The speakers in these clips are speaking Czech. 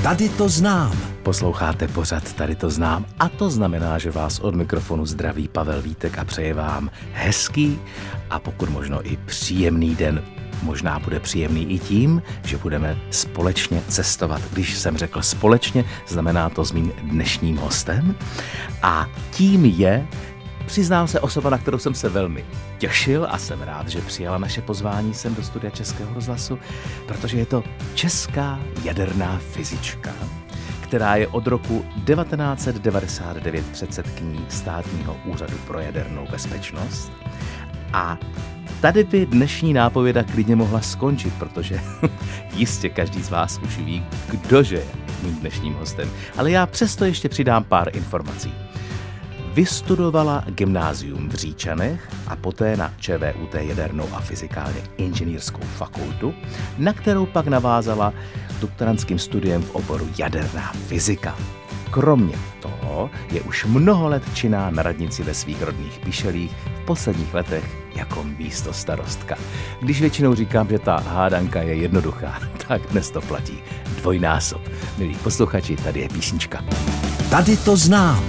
Tady to znám. Posloucháte pořad Tady to znám a to znamená, že vás od mikrofonu zdraví Pavel Vítek a přeje vám hezký a pokud možno i příjemný den. Možná bude příjemný i tím, že budeme společně cestovat. Když jsem řekl společně, znamená to s mým dnešním hostem. A tím je, přiznám se, osoba, na kterou jsem se velmi těšil a jsem rád, že přijala naše pozvání sem do studia Českého rozhlasu, protože je to česká jaderná fyzička, která je od roku 1999 předsedkyní Státního úřadu pro jadernou bezpečnost. A tady by dnešní nápověda klidně mohla skončit, protože jistě každý z vás už ví, kdože je mým dnešním hostem. Ale já přesto ještě přidám pár informací. Vystudovala gymnázium v Říčanech a poté na ČVUT jadernou a fyzikálně inženýrskou fakultu, na kterou pak navázala doktorandským studiem v oboru jaderná fyzika. Kromě toho je už mnoho let činná na radnici ve svých rodných Pišelích, v posledních letech jako místostarostka. Když většinou říkám, že ta hádanka je jednoduchá, tak dnes to platí dvojnásob. Milí posluchači, tady je písnička. Tady to znám.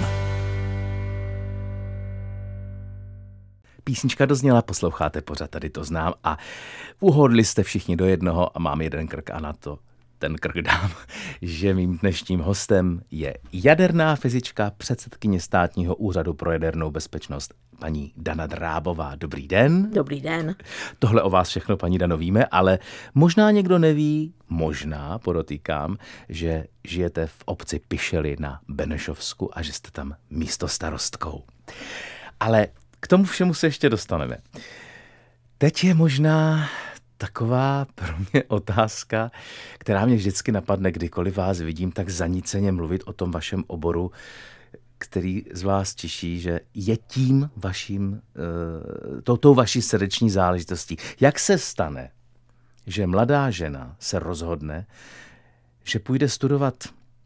Písnička dozněla, posloucháte pořad Tady to znám a uhodli jste všichni do jednoho a mám jeden krk a na to ten krk dám, že mým dnešním hostem je jaderná fyzička, předsedkyně Státního úřadu pro jadernou bezpečnost, paní Dana Drábová. Dobrý den. Dobrý den. Tohle o vás všechno, paní Dano, víme, ale možná někdo neví, možná podotýkám, že žijete v obci Pišely na Benešovsku a že jste tam místostarostkou. Ale k tomu všemu se ještě dostaneme. Teď je možná taková pro mě otázka, která mě vždycky napadne, kdykoliv vás vidím tak zaníceně mluvit o tom vašem oboru, který z vás těší, že je tím vaším, tou vaší srdeční záležitostí. Jak se stane, že mladá žena se rozhodne, že půjde studovat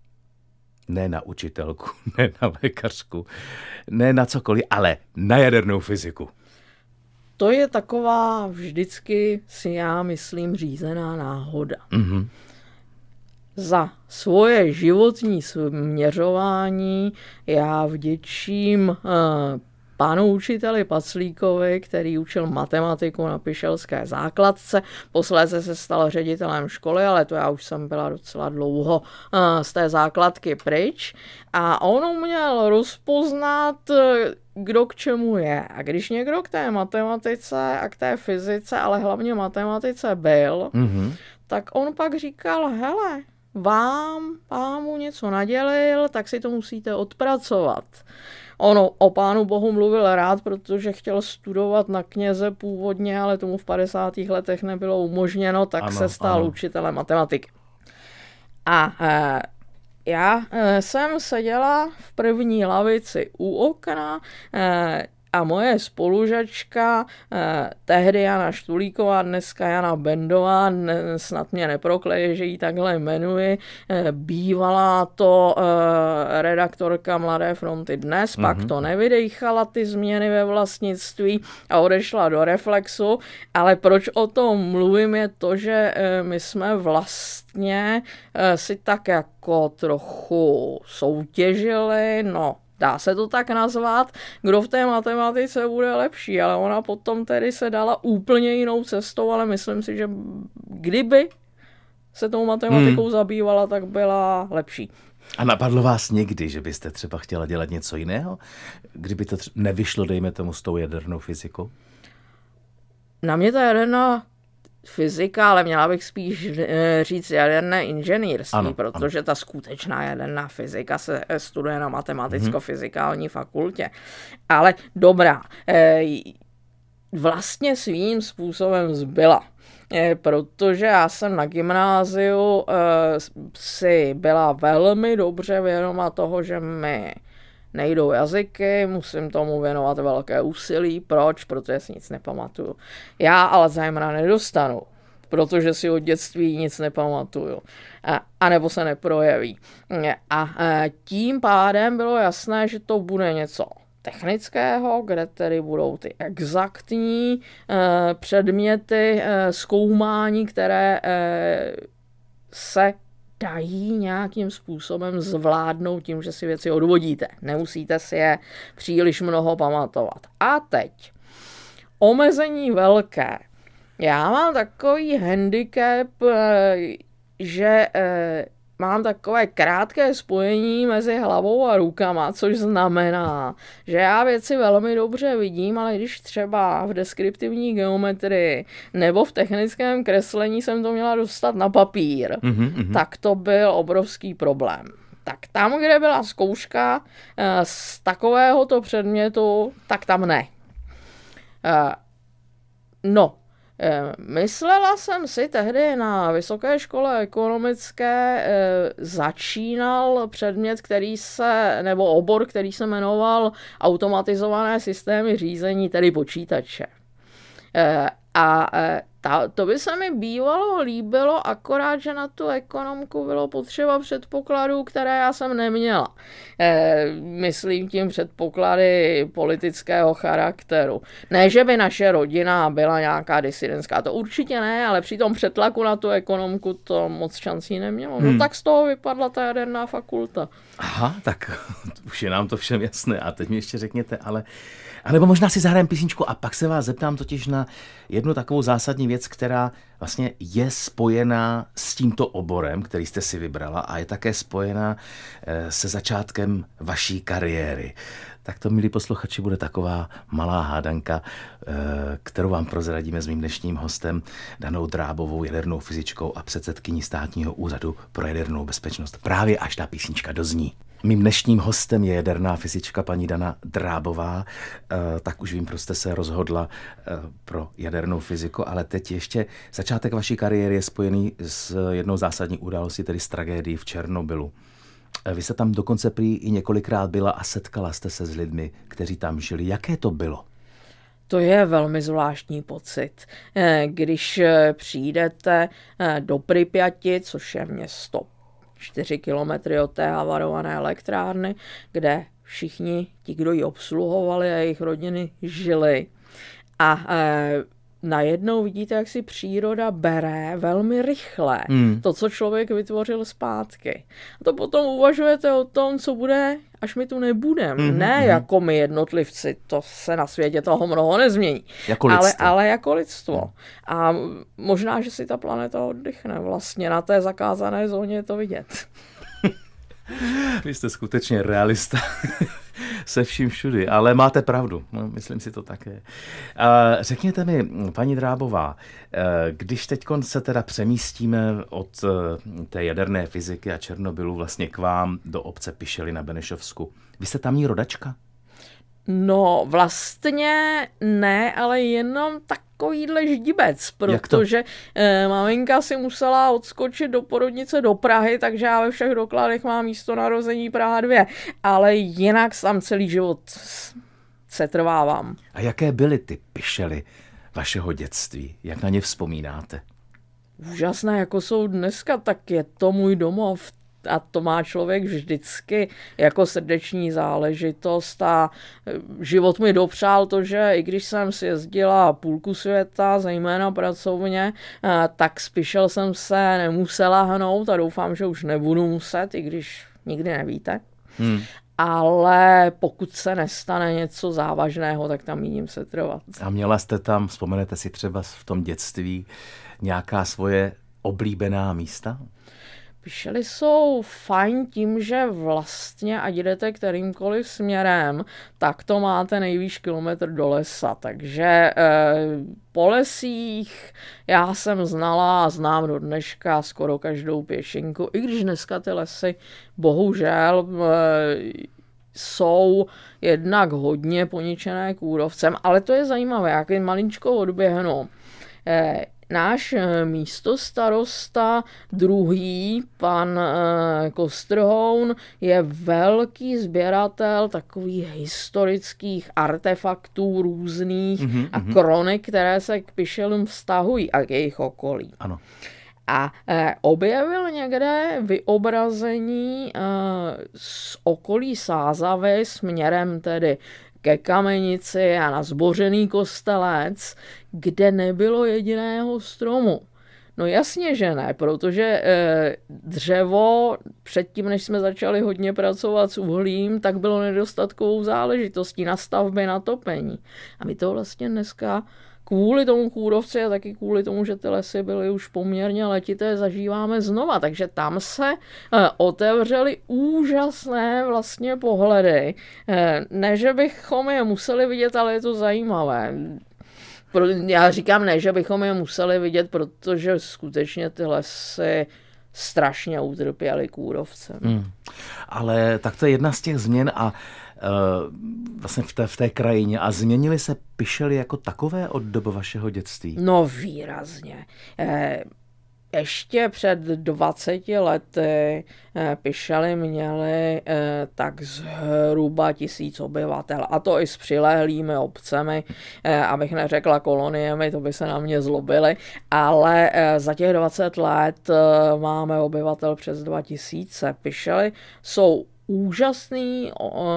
ne na učitelku, ne na lékařku, ne na cokoliv, ale na jadernou fyziku? To je taková vždycky, si já myslím, řízená náhoda. Mm-hmm. Za svoje životní směřování já vděčím panu učiteli Paclíkovi, který učil matematiku na Pišelské základce. Posléze se stal ředitelem školy, ale to já už jsem byla docela dlouho z té základky pryč. A on uměl rozpoznat, kdo k čemu je. A když někdo k té matematice a k té fyzice, ale hlavně matematice byl, tak on pak říkal, hele, vám něco nadělil, tak si to musíte odpracovat. Ono o pánu bohu mluvil rád, protože chtěl studovat na kněze původně, ale tomu v 50. letech nebylo umožněno, tak se stal učitelem matematiky. A já jsem seděla v první lavici u okna a moje spolužačka, tehdy Jana Štulíková, dneska Jana Bendová, snad mě neprokleje, že ji takhle jmenuji, bývala to redaktorka Mladé fronty Dnes, pak to nevydejchala ty změny ve vlastnictví a odešla do Reflexu, ale proč o tom mluvím je to, že my jsme vlastně si tak jako trochu soutěžili, dá se to tak nazvat, kdo v té matematice bude lepší, ale ona potom tedy se dala úplně jinou cestou, ale myslím si, že kdyby se tou matematikou zabývala, tak byla lepší. A napadlo vás někdy, že byste třeba chtěla dělat něco jiného? Kdyby to nevyšlo, dejme tomu, s tou jadernou fyzikou? Na mě ta jaderná fyzika, ale měla bych spíš říct jaderné inženýrství, protože ta skutečná jaderná fyzika se studuje na matematicko-fyzikální fakultě. Ale dobrá, vlastně svým způsobem zbyla. Protože já jsem na gymnáziu si byla velmi dobře vědoma toho, že mi nejdou jazyky, musím tomu věnovat velké úsilí. Proč? Protože si nic nepamatuju. Já Alzheimera nedostanu, protože si od dětství nic nepamatuju. A nebo se neprojeví. A tím pádem bylo jasné, že to bude něco technického, kde tedy budou ty exaktní předměty zkoumání, které se dají nějakým způsobem zvládnout tím, že si věci odvodíte. Nemusíte si je příliš mnoho pamatovat. A teď omezení velké. Já mám takový handicap, že mám takové krátké spojení mezi hlavou a rukama, což znamená, že já věci velmi dobře vidím, ale když třeba v deskriptivní geometrii nebo v technickém kreslení jsem to měla dostat na papír, tak to byl obrovský problém. Tak tam, kde byla zkouška z takovéhoto předmětu, tak tam ne. Myslela jsem si tehdy na Vysoké škole ekonomické, začínal předmět, nebo obor, který se jmenoval automatizované systémy řízení, tedy počítače. To by se mi bývalo líbilo, akorát, že na tu ekonomku bylo potřeba předpokladů, které já jsem neměla. Myslím tím předpoklady politického charakteru. Ne, že by naše rodina byla nějaká disidentská, to určitě ne, ale při tom přetlaku na tu ekonomku to moc šancí nemělo. No tak z toho vypadla ta jaderná fakulta. Aha, tak už je nám to všem jasné. A teď mi ještě řekněte, ale nebo možná si zahrajeme písničku a pak se vás zeptám totiž na jednu takovou zásadní věc, která vlastně je spojená s tímto oborem, který jste si vybrala a je také spojená se začátkem vaší kariéry. Tak to, milí posluchači, bude taková malá hádanka, kterou vám prozradíme s mým dnešním hostem Danou Drábovou, jadernou fyzičkou a předsedkyní Státního úřadu pro jadernou bezpečnost. Právě až ta písnička dozní. Mým dnešním hostem je jaderná fyzička paní Dana Drábová, tak už vím, proč jste se rozhodla pro jadernou fyziku, ale teď ještě začátek vaší kariéry je spojený s jednou zásadní událostí, tedy s tragédií v Černobylu. Vy jste tam dokonce prý i několikrát byla a setkala jste se s lidmi, kteří tam žili. Jaké to bylo? To je velmi zvláštní pocit. Když přijdete do Pripyati, což je město 4 kilometry od té havarované elektrárny, kde všichni ti, kdo ji obsluhovali a jejich rodiny žili. A najednou vidíte, jak si příroda bere velmi rychle to, co člověk vytvořil zpátky. A to potom uvažujete o tom, co bude, až my tu nebudeme. Ne jako my jednotlivci, to se na světě toho mnoho nezmění. Jako lidstvo. Ale jako lidstvo. A možná, že si ta planeta oddychne. Vlastně na té zakázané zóně je to vidět. Vy jste skutečně realista se vším všudy, ale máte pravdu, no, myslím si to také. Řekněte mi, paní Drábová, když teď se teda přemístíme od té jaderné fyziky a Černobylu vlastně k vám do obce Pišely na Benešovsku, vy jste tamní rodačka? No vlastně ne, ale jenom takovýhle ždibec, protože maminka si musela odskočit do porodnice do Prahy, takže já ve všech dokladech mám místo narození Praha 2, ale jinak tam celý život se trvávám. A jaké byly ty Pišely vašeho dětství? Jak na ně vzpomínáte? Úžasné, jako jsou dneska, tak je to můj domov. A to má člověk vždycky jako srdeční záležitost a život mi dopřál to, že i když jsem si jezdila půlku světa, zejména pracovně, tak z Pišel jsem se nemusela hnout a doufám, že už nebudu muset, i když nikdy nevíte. Ale pokud se nestane něco závažného, tak tam míním se trvat. A měla jste tam, vzpomenete si třeba v tom dětství, nějaká svoje oblíbená místa? Pišely jsou fajn tím, že vlastně, ať jdete kterýmkoliv směrem, tak to máte nejvýš kilometr do lesa. Takže po lesích já jsem znala a znám do dneška skoro každou pěšinku, i když dneska ty lesy bohužel jsou jednak hodně poničené kůrovcem, ale to je zajímavé, jak jen malinčko odběhnu. Náš místostarosta druhý, pan Kostrhoun, je velký sběratel takových historických artefaktů různých a kronik, které se k Pišelům vztahují a k jejich okolí. Ano. A objevil někde vyobrazení z okolí Sázavy směrem tedy ke Kamenici a na zbořený Kostelec, kde nebylo jediného stromu. No jasně, že ne, protože dřevo předtím, než jsme začali hodně pracovat s uhlím, tak bylo nedostatkovou záležitostí na stavby, na topení. A my to vlastně dneska kvůli tomu kůrovci a taky kvůli tomu, že ty lesy byly už poměrně letité, zažíváme znova. Takže tam se otevřely úžasné vlastně pohledy. Ne, že bychom je museli vidět, ale je to zajímavé. Já říkám ne, že bychom je museli vidět, protože skutečně ty lesy strašně utrpěly kůrovcem. Ale tak to je jedna z těch změn a vlastně v té krajině. A změnily se Pišely jako takové od doby vašeho dětství? No výrazně. Ještě před 20 lety Pišely měly tak zhruba 1000 obyvatel. A to i s přilehlými obcemi, abych neřekla koloniemi, to by se na mě zlobili. Ale za těch 20 let máme obyvatel přes 2000. Pišely jsou úžasný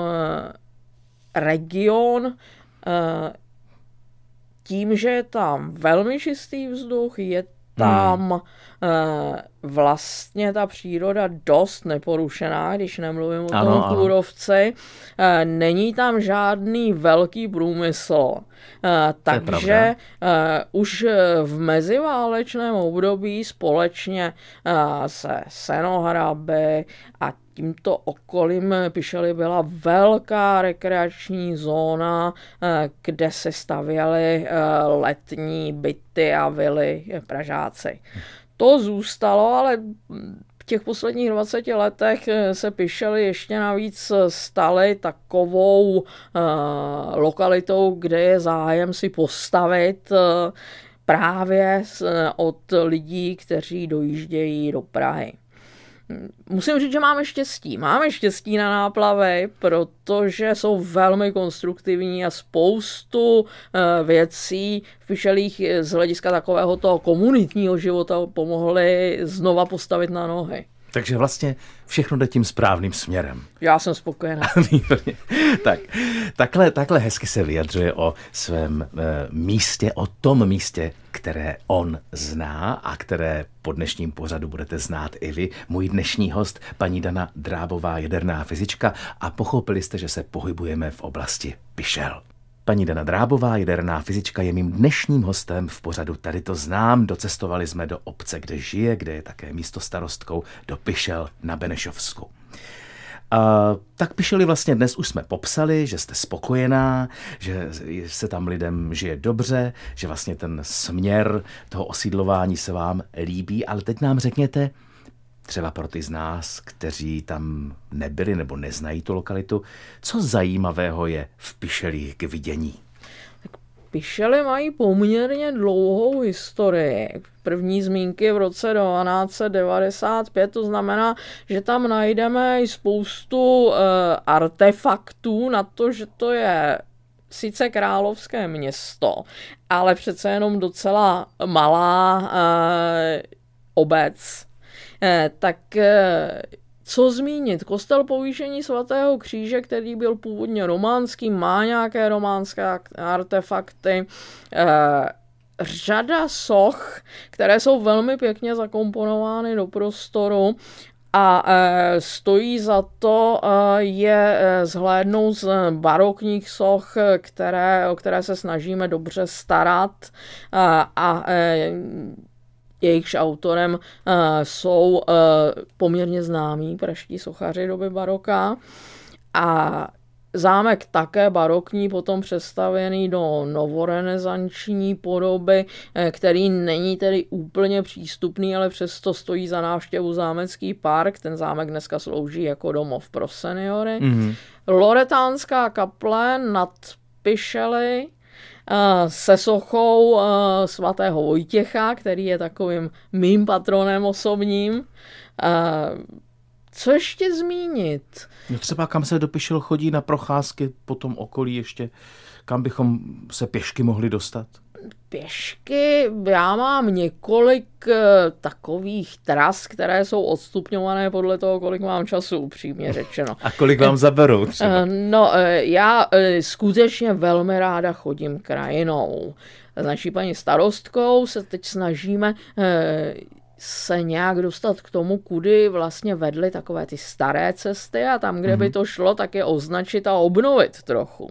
region tím, že je tam velmi čistý vzduch, je tam vlastně ta příroda dost neporušená, když nemluvím o tom kůrovci. Není tam žádný velký průmysl. Takže už v meziválečném období společně se senohraby a tímto okolím Pišely byla velká rekreační zóna, kde se stavěly letní byty a vily Pražáci. To zůstalo, ale v těch posledních 20 letech se Pišely ještě navíc staly takovou lokalitou, kde je zájem si postavit právě od lidí, kteří dojíždějí do Prahy. Musím říct, že máme štěstí. Máme štěstí na náplavy, protože jsou velmi konstruktivní a spoustu věcí v Pišelích z hlediska takového toho komunitního života pomohly znova postavit na nohy. Takže vlastně všechno jde tím správným směrem. Já jsem spokojená. Tak, takhle hezky se vyjadřuje o svém místě, o tom místě, které on zná a které po dnešním pořadu budete znát i vy. Můj dnešní host, paní Dana Drábová, jaderná fyzička, a pochopili jste, že se pohybujeme v oblasti Pišel. Paní Dana Drábová, jaderná fyzička, je mým dnešním hostem v pořadu Tady to znám. Docestovali jsme do obce, kde žije, kde je také místostarostkou, do Pišel na Benešovsku. Tak Pišely vlastně dnes už jsme popsali, že jste spokojená, že se tam lidem žije dobře, že vlastně ten směr toho osídlování se vám líbí, ale teď nám řekněte, třeba pro ty z nás, kteří tam nebyli nebo neznají tu lokalitu, co zajímavého je v Pišelích k vidění? Pišely mají poměrně dlouhou historii. První zmínky v roce 1295, to znamená, že tam najdeme i spoustu artefaktů na to, že to je sice královské město, ale přece jenom docela malá obec. Co zmínit? Kostel Povýšení svatého kříže, který byl původně románský, má nějaké románské artefakty, řada soch, které jsou velmi pěkně zakomponovány do prostoru a stojí za to je zhlédnout z barokních soch, o které se snažíme dobře starat a jejichž autorem jsou poměrně známí pražští sochaři doby baroka. A zámek také barokní, potom přestavěný do novorenesanční podoby, který není tedy úplně přístupný, ale přesto stojí za návštěvu zámecký park. Ten zámek dneska slouží jako domov pro seniory. Loretánská kaple nad Pišely se sochou svatého Vojtěcha, který je takovým mým patronem osobním. Co ještě zmínit? No třeba kam se do Pišel chodí na procházky po tom okolí ještě, kam bychom se pěšky mohli dostat? Pěšky, já mám několik takových tras, které jsou odstupňované podle toho, kolik mám času, upřímně řečeno. A kolik vám zaberou třeba? No, já skutečně velmi ráda chodím krajinou. s naší paní starostkou se teď snažíme se nějak dostat k tomu, kudy vlastně vedly takové ty staré cesty a tam, kde by to šlo, tak je označit a obnovit trochu.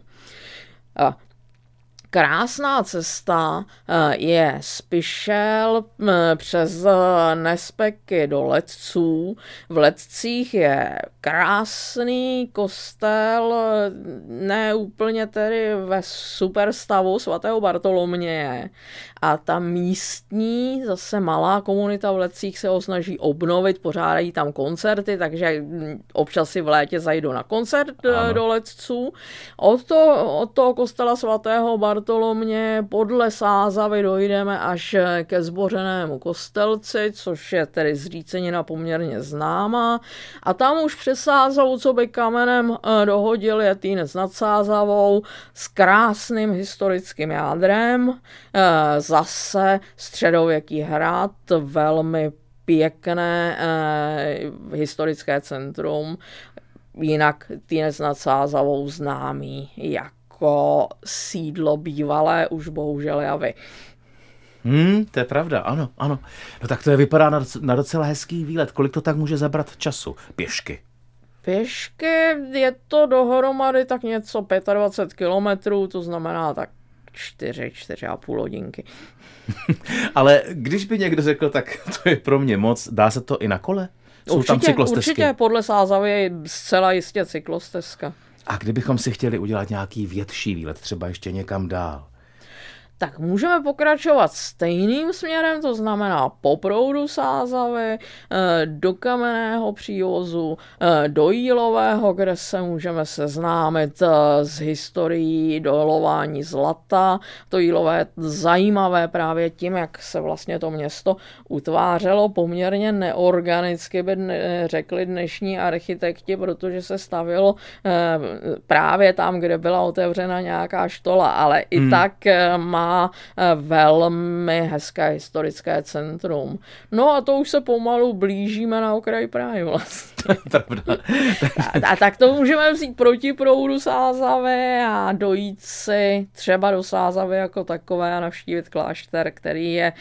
Krásná cesta je Spišel přes Nespeky do Letců. V Letcích je krásný kostel, ne úplně tedy ve super stavu svatého Bartoloměje. A ta místní, zase malá komunita v Letcích se ho snaží obnovit, pořádají tam koncerty, takže občas si v létě zajdu na koncert do Letců. Od toho kostela svatého Bartolomě podle Sázavy dojdeme až ke Zbořenému Kostelci, což je tedy zřícenina poměrně známá. A tam už přes Sázavu, co by kamenem dohodil, je Týnec nad Sázavou s krásným historickým jádrem. Zase středověký hrad, velmi pěkné historické centrum, jinak Týnec nad Sázavou známý jako sídlo bývalé už bohužel Javy. To je pravda, ano. No tak to vypadá na docela hezký výlet. Kolik to tak může zabrat času? Pěšky. Pěšky je to dohromady tak něco 25 kilometrů, to znamená tak 4,5 hodinky. Ale když by někdo řekl, tak to je pro mě moc, dá se to i na kole? Jsou tam cyklostezky? Určitě, podle Sázavy je zcela jistě cyklostezka. A kdybychom si chtěli udělat nějaký větší výlet, třeba ještě někam dál? Tak můžeme pokračovat stejným směrem, to znamená po proudu Sázavy, do Kamenného přívozu, do Jílového, kde se můžeme seznámit s historií dolování zlata. To Jílové je zajímavé právě tím, jak se vlastně to město utvářelo poměrně neorganicky, by řekli dnešní architekti, protože se stavělo právě tam, kde byla otevřena nějaká štola, ale i tak má velmi hezké historické centrum. No a to už se pomalu blížíme na okraj Prahy vlastně. A tak to můžeme vzít proti proudu Sázavy a dojít si třeba do Sázavy jako takové a navštívit klášter, který je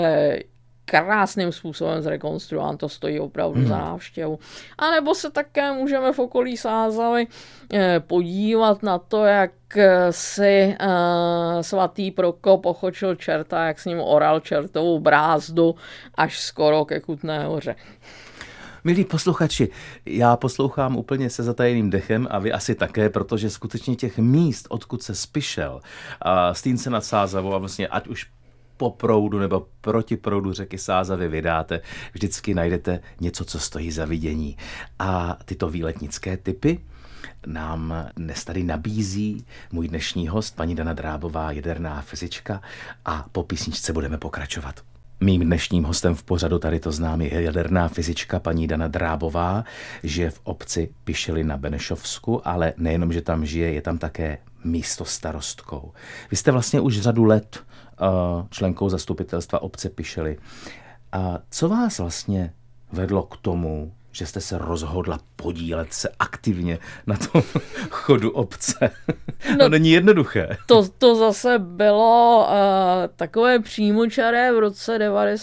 krásným způsobem zrekonstruován, to stojí opravdu za návštěvu. A nebo se také můžeme v okolí Sázavy podívat na to, jak si svatý Prokop ochočil čerta, jak s ním oral čertovou brázdu až skoro ke Kutné Hoře. Milí posluchači, já poslouchám úplně se zatajeným dechem a vy asi také, protože skutečně těch míst, odkud se Spišel, Stýnce nad Sázavou a vlastně ať už po proudu nebo proti proudu řeky Sázavy vydáte, vždycky najdete něco, co stojí za vidění. A tyto výletnické tipy nám dnes tady nabízí můj dnešní host, paní Dana Drábová, jaderná fyzička, a po písničce budeme pokračovat. Mým dnešním hostem v pořadu Tady to znám je jaderná fyzička paní Dana Drábová, žije v obci Pišely na Benešovsku, ale nejenom, že tam žije, je tam také místostarostkou. Vy jste vlastně už řadu let členkou zastupitelstva obce Pišely. A co vás vlastně vedlo k tomu, že jste se rozhodla podílet se aktivně na tom chodu obce? No, není jednoduché. To zase bylo takové přímočaré v roce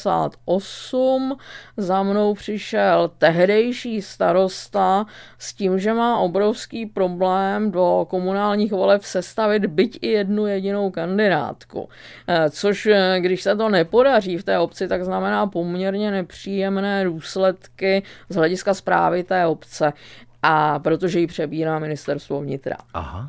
98. Za mnou přišel tehdejší starosta s tím, že má obrovský problém do komunálních voleb sestavit byť i jednu jedinou kandidátku. Což, když se to nepodaří v té obci, tak znamená poměrně nepříjemné důsledky z hlediska správy té obce. A protože ji přebírá ministerstvo vnitra. Aha.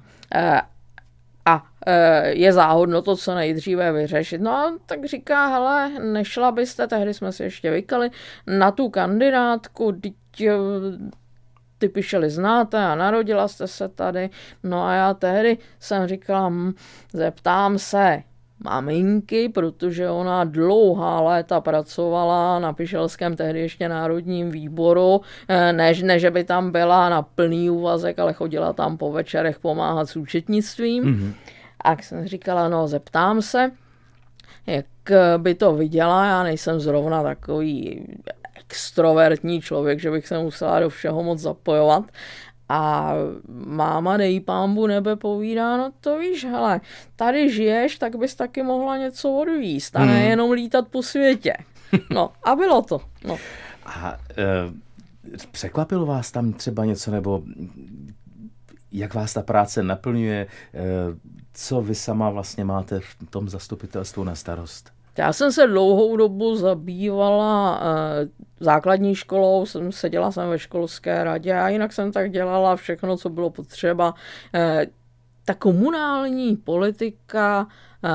Je záhodno to co nejdříve vyřešit. No a tak říká, hele, nešla byste, tehdy jsme si ještě vykali, na tu kandidátku, ty Pišely znáte a narodila jste se tady. No a já tehdy jsem říkala, zeptám se maminky, protože ona dlouhá léta pracovala na pišelském tehdy ještě národním výboru, ne že by tam byla na plný úvazek, ale chodila tam po večerech pomáhat s účetnictvím. Mm-hmm. A jsem říkala, no zeptám se, jak by to viděla, já nejsem zrovna takový extrovertní člověk, že bych se musela do všeho moc zapojovat. A máma, dej pánbu nebe, povídá, no to víš, hele, tady žiješ, tak bys taky mohla něco odvíst a nejenom lítat po světě. No a bylo to. No. A překvapilo vás tam třeba něco, nebo jak vás ta práce naplňuje, co vy sama vlastně máte v tom zastupitelstvu na starost? Já jsem se dlouhou dobu zabývala základní školou, seděla jsem ve školské radě a jinak jsem tak dělala všechno, co bylo potřeba. Ta komunální politika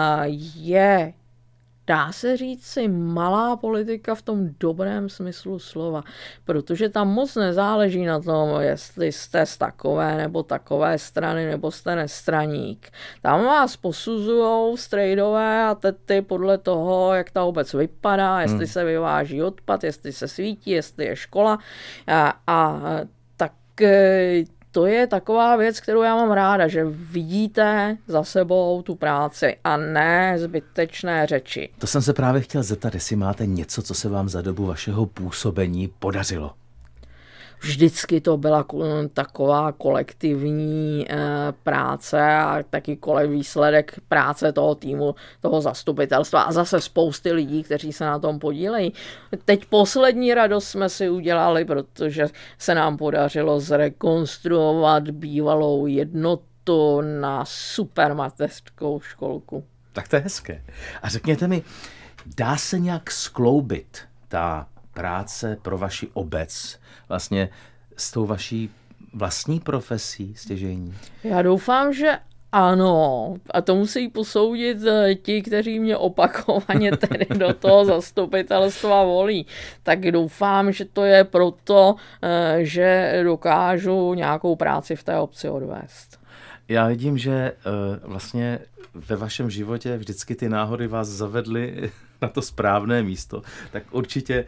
je, dá se říci, malá politika v tom dobrém smyslu slova, protože tam moc nezáleží na tom, jestli jste z takové nebo takové strany, nebo jste nestraník. Tam vás posuzujou strejdové a tety podle toho, jak ta obec vypadá, jestli se vyváží odpad, jestli se svítí, jestli je škola a tak to je taková věc, kterou já mám ráda, že vidíte za sebou tu práci a ne zbytečné řeči. To jsem se právě chtěl zeptat, jestli máte něco, co se vám za dobu vašeho působení podařilo. Vždycky to byla taková kolektivní práce a taky výsledek práce toho týmu, toho zastupitelstva a zase spousty lidí, kteří se na tom podílejí. Teď poslední radost jsme si udělali, protože se nám podařilo zrekonstruovat bývalou jednotu na super mateřskou školku. Tak to je hezké. A řekněte mi, dá se nějak skloubit ta práce pro vaši obec vlastně s tou vaší vlastní profesí stěžejní? Já doufám, že ano. A to musí posoudit ti, kteří mě opakovaně tedy do toho zastupitelstva volí. Tak doufám, že to je proto, že dokážu nějakou práci v té obci odvést. Já vidím, že vlastně ve vašem životě vždycky ty náhody vás zavedly na to správné místo, tak určitě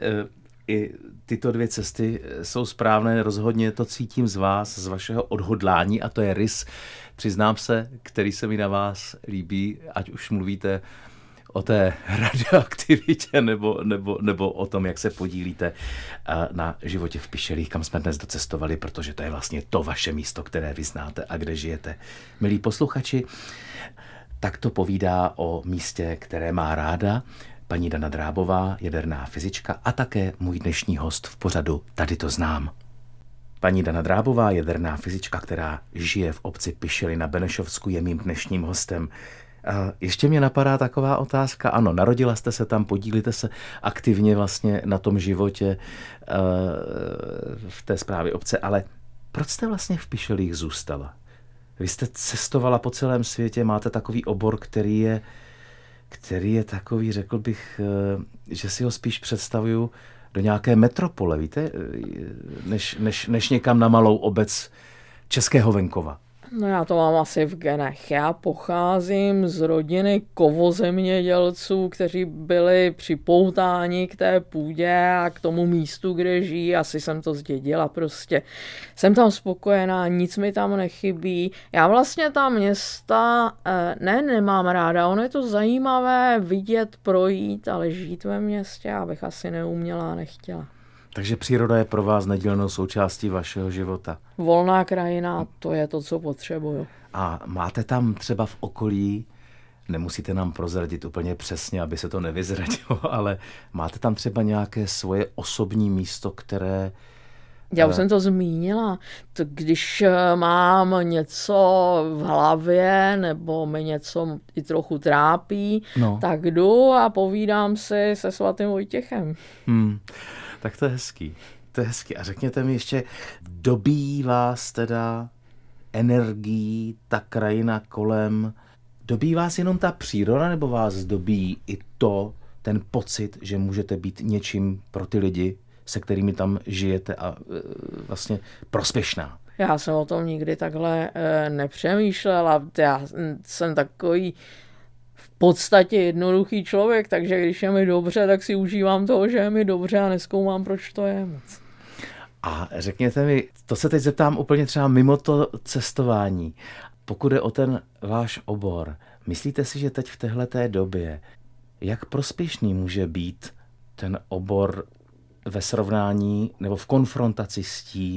i tyto dvě cesty jsou správné, rozhodně to cítím z vás, z vašeho odhodlání a to je rys, přiznám se, který se mi na vás líbí, ať už mluvíte o té radioaktivitě nebo o tom, jak se podílíte na životě v Pišelích, kam jsme dnes docestovali, protože to je vlastně to vaše místo, které vy znáte a kde žijete. Milí posluchači, tak to povídá o místě, které má ráda paní Dana Drábová, jaderná fyzička a také můj dnešní host v pořadu Tady to znám. Paní Dana Drábová, jaderná fyzička, která žije v obci Pišely na Benešovsku, je mým dnešním hostem. Ještě mě napadá taková otázka. Ano, narodila jste se tam, podílíte se aktivně vlastně na tom životě v té správě obce, ale proč jste vlastně v Pišelích zůstala? Vy jste cestovala po celém světě, máte takový obor, který je takový, řekl bych, že si ho spíš představuju do nějaké metropole, víte, než někam na malou obec českého venkova. No já to mám asi v genech. Já pocházím z rodiny kovozemědělců, kteří byli připoutáni k té půdě a k tomu místu, kde žijí. Asi jsem to zdědila prostě. Jsem tam spokojená, nic mi tam nechybí. Já vlastně ta města nemám ráda. Ono je to zajímavé vidět, projít, ale žít ve městě já bych asi neuměla a nechtěla. Takže příroda je pro vás nedílnou součástí vašeho života. Volná krajina, to je to, co potřebuju. A máte tam třeba v okolí, nemusíte nám prozradit úplně přesně, aby se to nevyzradilo, ale máte tam třeba nějaké svoje osobní místo, které... Já už jsem to zmínila. Když mám něco v hlavě nebo mi něco i trochu trápí, tak jdu a povídám si se svatým Vojtěchem. Tak to je hezký. To je hezký. A řekněte mi ještě, dobíjí vás teda energií ta krajina kolem, dobíjí vás jenom ta příroda, nebo vás dobíjí i ten pocit, že můžete být něčím pro ty lidi, se kterými tam žijete a vlastně prospěšná? Já jsem o tom nikdy takhle nepřemýšlela. Já jsem takový v podstatě jednoduchý člověk, takže když je mi dobře, tak si užívám toho, že je mi dobře a nezkoumám, proč to je moc. A řekněte mi, to se teď zeptám úplně třeba mimo to cestování. Pokud je o ten váš obor, myslíte si, že teď v téhleté době, jak prospěšný může být ten obor ve srovnání nebo v konfrontaci s tím,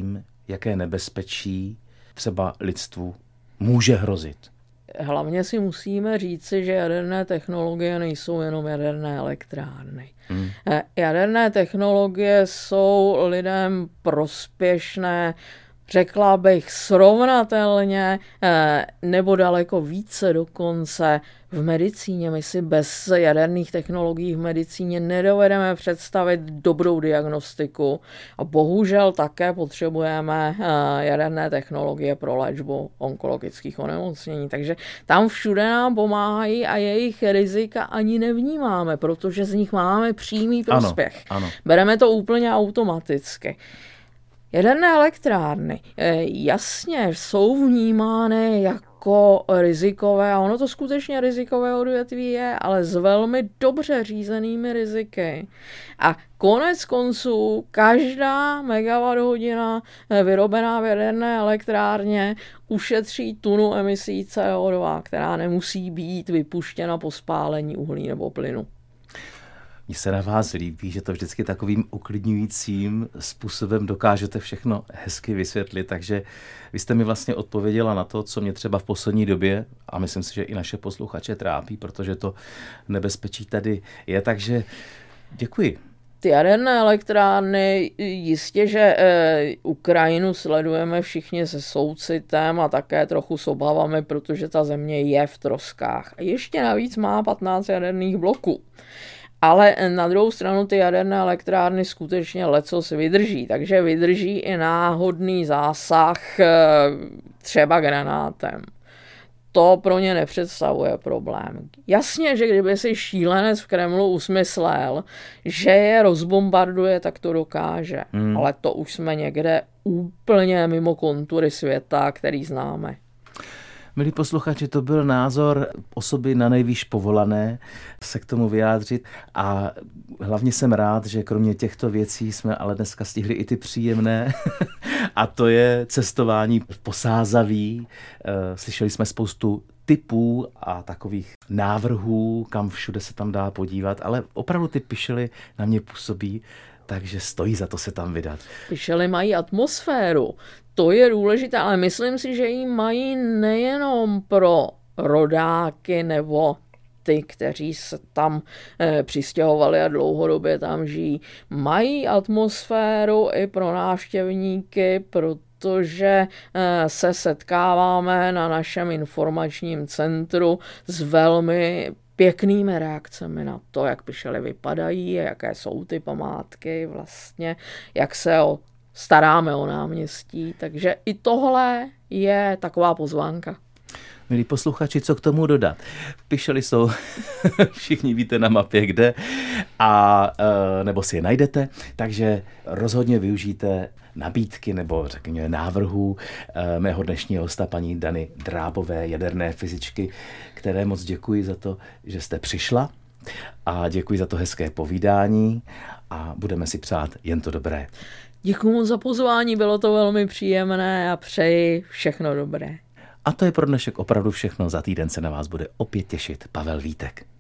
jaké nebezpečí třeba lidstvu může hrozit? Hlavně si musíme říci, že jaderné technologie nejsou jenom jaderné elektrárny. Jaderné technologie jsou lidem prospěšné, řekla bych srovnatelně, nebo daleko více dokonce v medicíně. My si bez jaderných technologií v medicíně nedovedeme představit dobrou diagnostiku a bohužel také potřebujeme jaderné technologie pro léčbu onkologických onemocnění. Takže tam všude nám pomáhají a jejich rizika ani nevnímáme, protože z nich máme přímý prospěch. Ano. Bereme to úplně automaticky. Jaderné elektrárny jasně jsou vnímány jako rizikové, a ono to skutečně rizikové odvětví je, ale s velmi dobře řízenými riziky. A konec konců každá megawatt-hodina vyrobená v jaderné elektrárně ušetří tunu emisí CO2, která nemusí být vypuštěna po spálení uhlí nebo plynu. Mně se na vás líbí, že to vždycky takovým uklidňujícím způsobem dokážete všechno hezky vysvětlit, takže vy jste mi vlastně odpověděla na to, co mě třeba v poslední době, a myslím si, že i naše posluchače trápí, protože to nebezpečí tady je, takže děkuji. Ty jaderné elektrárny, jistě, že Ukrajinu sledujeme všichni se soucitem a také trochu s obavami, protože ta země je v troskách. A ještě navíc má 15 jaderných bloků. Ale na druhou stranu ty jaderné elektrárny skutečně lecos vydrží, takže vydrží i náhodný zásah třeba granátem. To pro ně nepředstavuje problém. Jasně, že kdyby si šílenec v Kremlu usmyslel, že je rozbombarduje, tak to dokáže. Ale to už jsme někde úplně mimo kontury světa, který známe. Milí posluchači, to byl názor osoby na nejvýš povolané se k tomu vyjádřit a hlavně jsem rád, že kromě těchto věcí jsme ale dneska stihli i ty příjemné a to je cestování v Posázaví. Slyšeli jsme spoustu tipů a takových návrhů, kam všude se tam dá podívat, ale opravdu ty Pišely na mě působí, takže stojí za to se tam vydat. Pišely mají atmosféru, to je důležité, ale myslím si, že ji mají nejenom pro rodáky nebo ty, kteří se tam přistěhovali a dlouhodobě tam žijí. Mají atmosféru i pro návštěvníky, protože se setkáváme na našem informačním centru s velmi pěknými reakcemi na to, jak Pišely vypadají, jaké jsou ty památky vlastně, jak se staráme o náměstí. Takže i tohle je taková pozvánka. Milí posluchači, co k tomu dodat? Pišely jsou, všichni víte na mapě kde, a nebo si je najdete, takže rozhodně využijte nabídky nebo řekněme návrhů mého dnešního hosta, paní Dany Drábové, jaderné fyzičky, které moc děkuji za to, že jste přišla a děkuji za to hezké povídání a budeme si přát jen to dobré. Děkuji moc za pozvání, bylo to velmi příjemné a přeji všechno dobré. A to je pro dnešek opravdu všechno. Za týden se na vás bude opět těšit Pavel Vítek.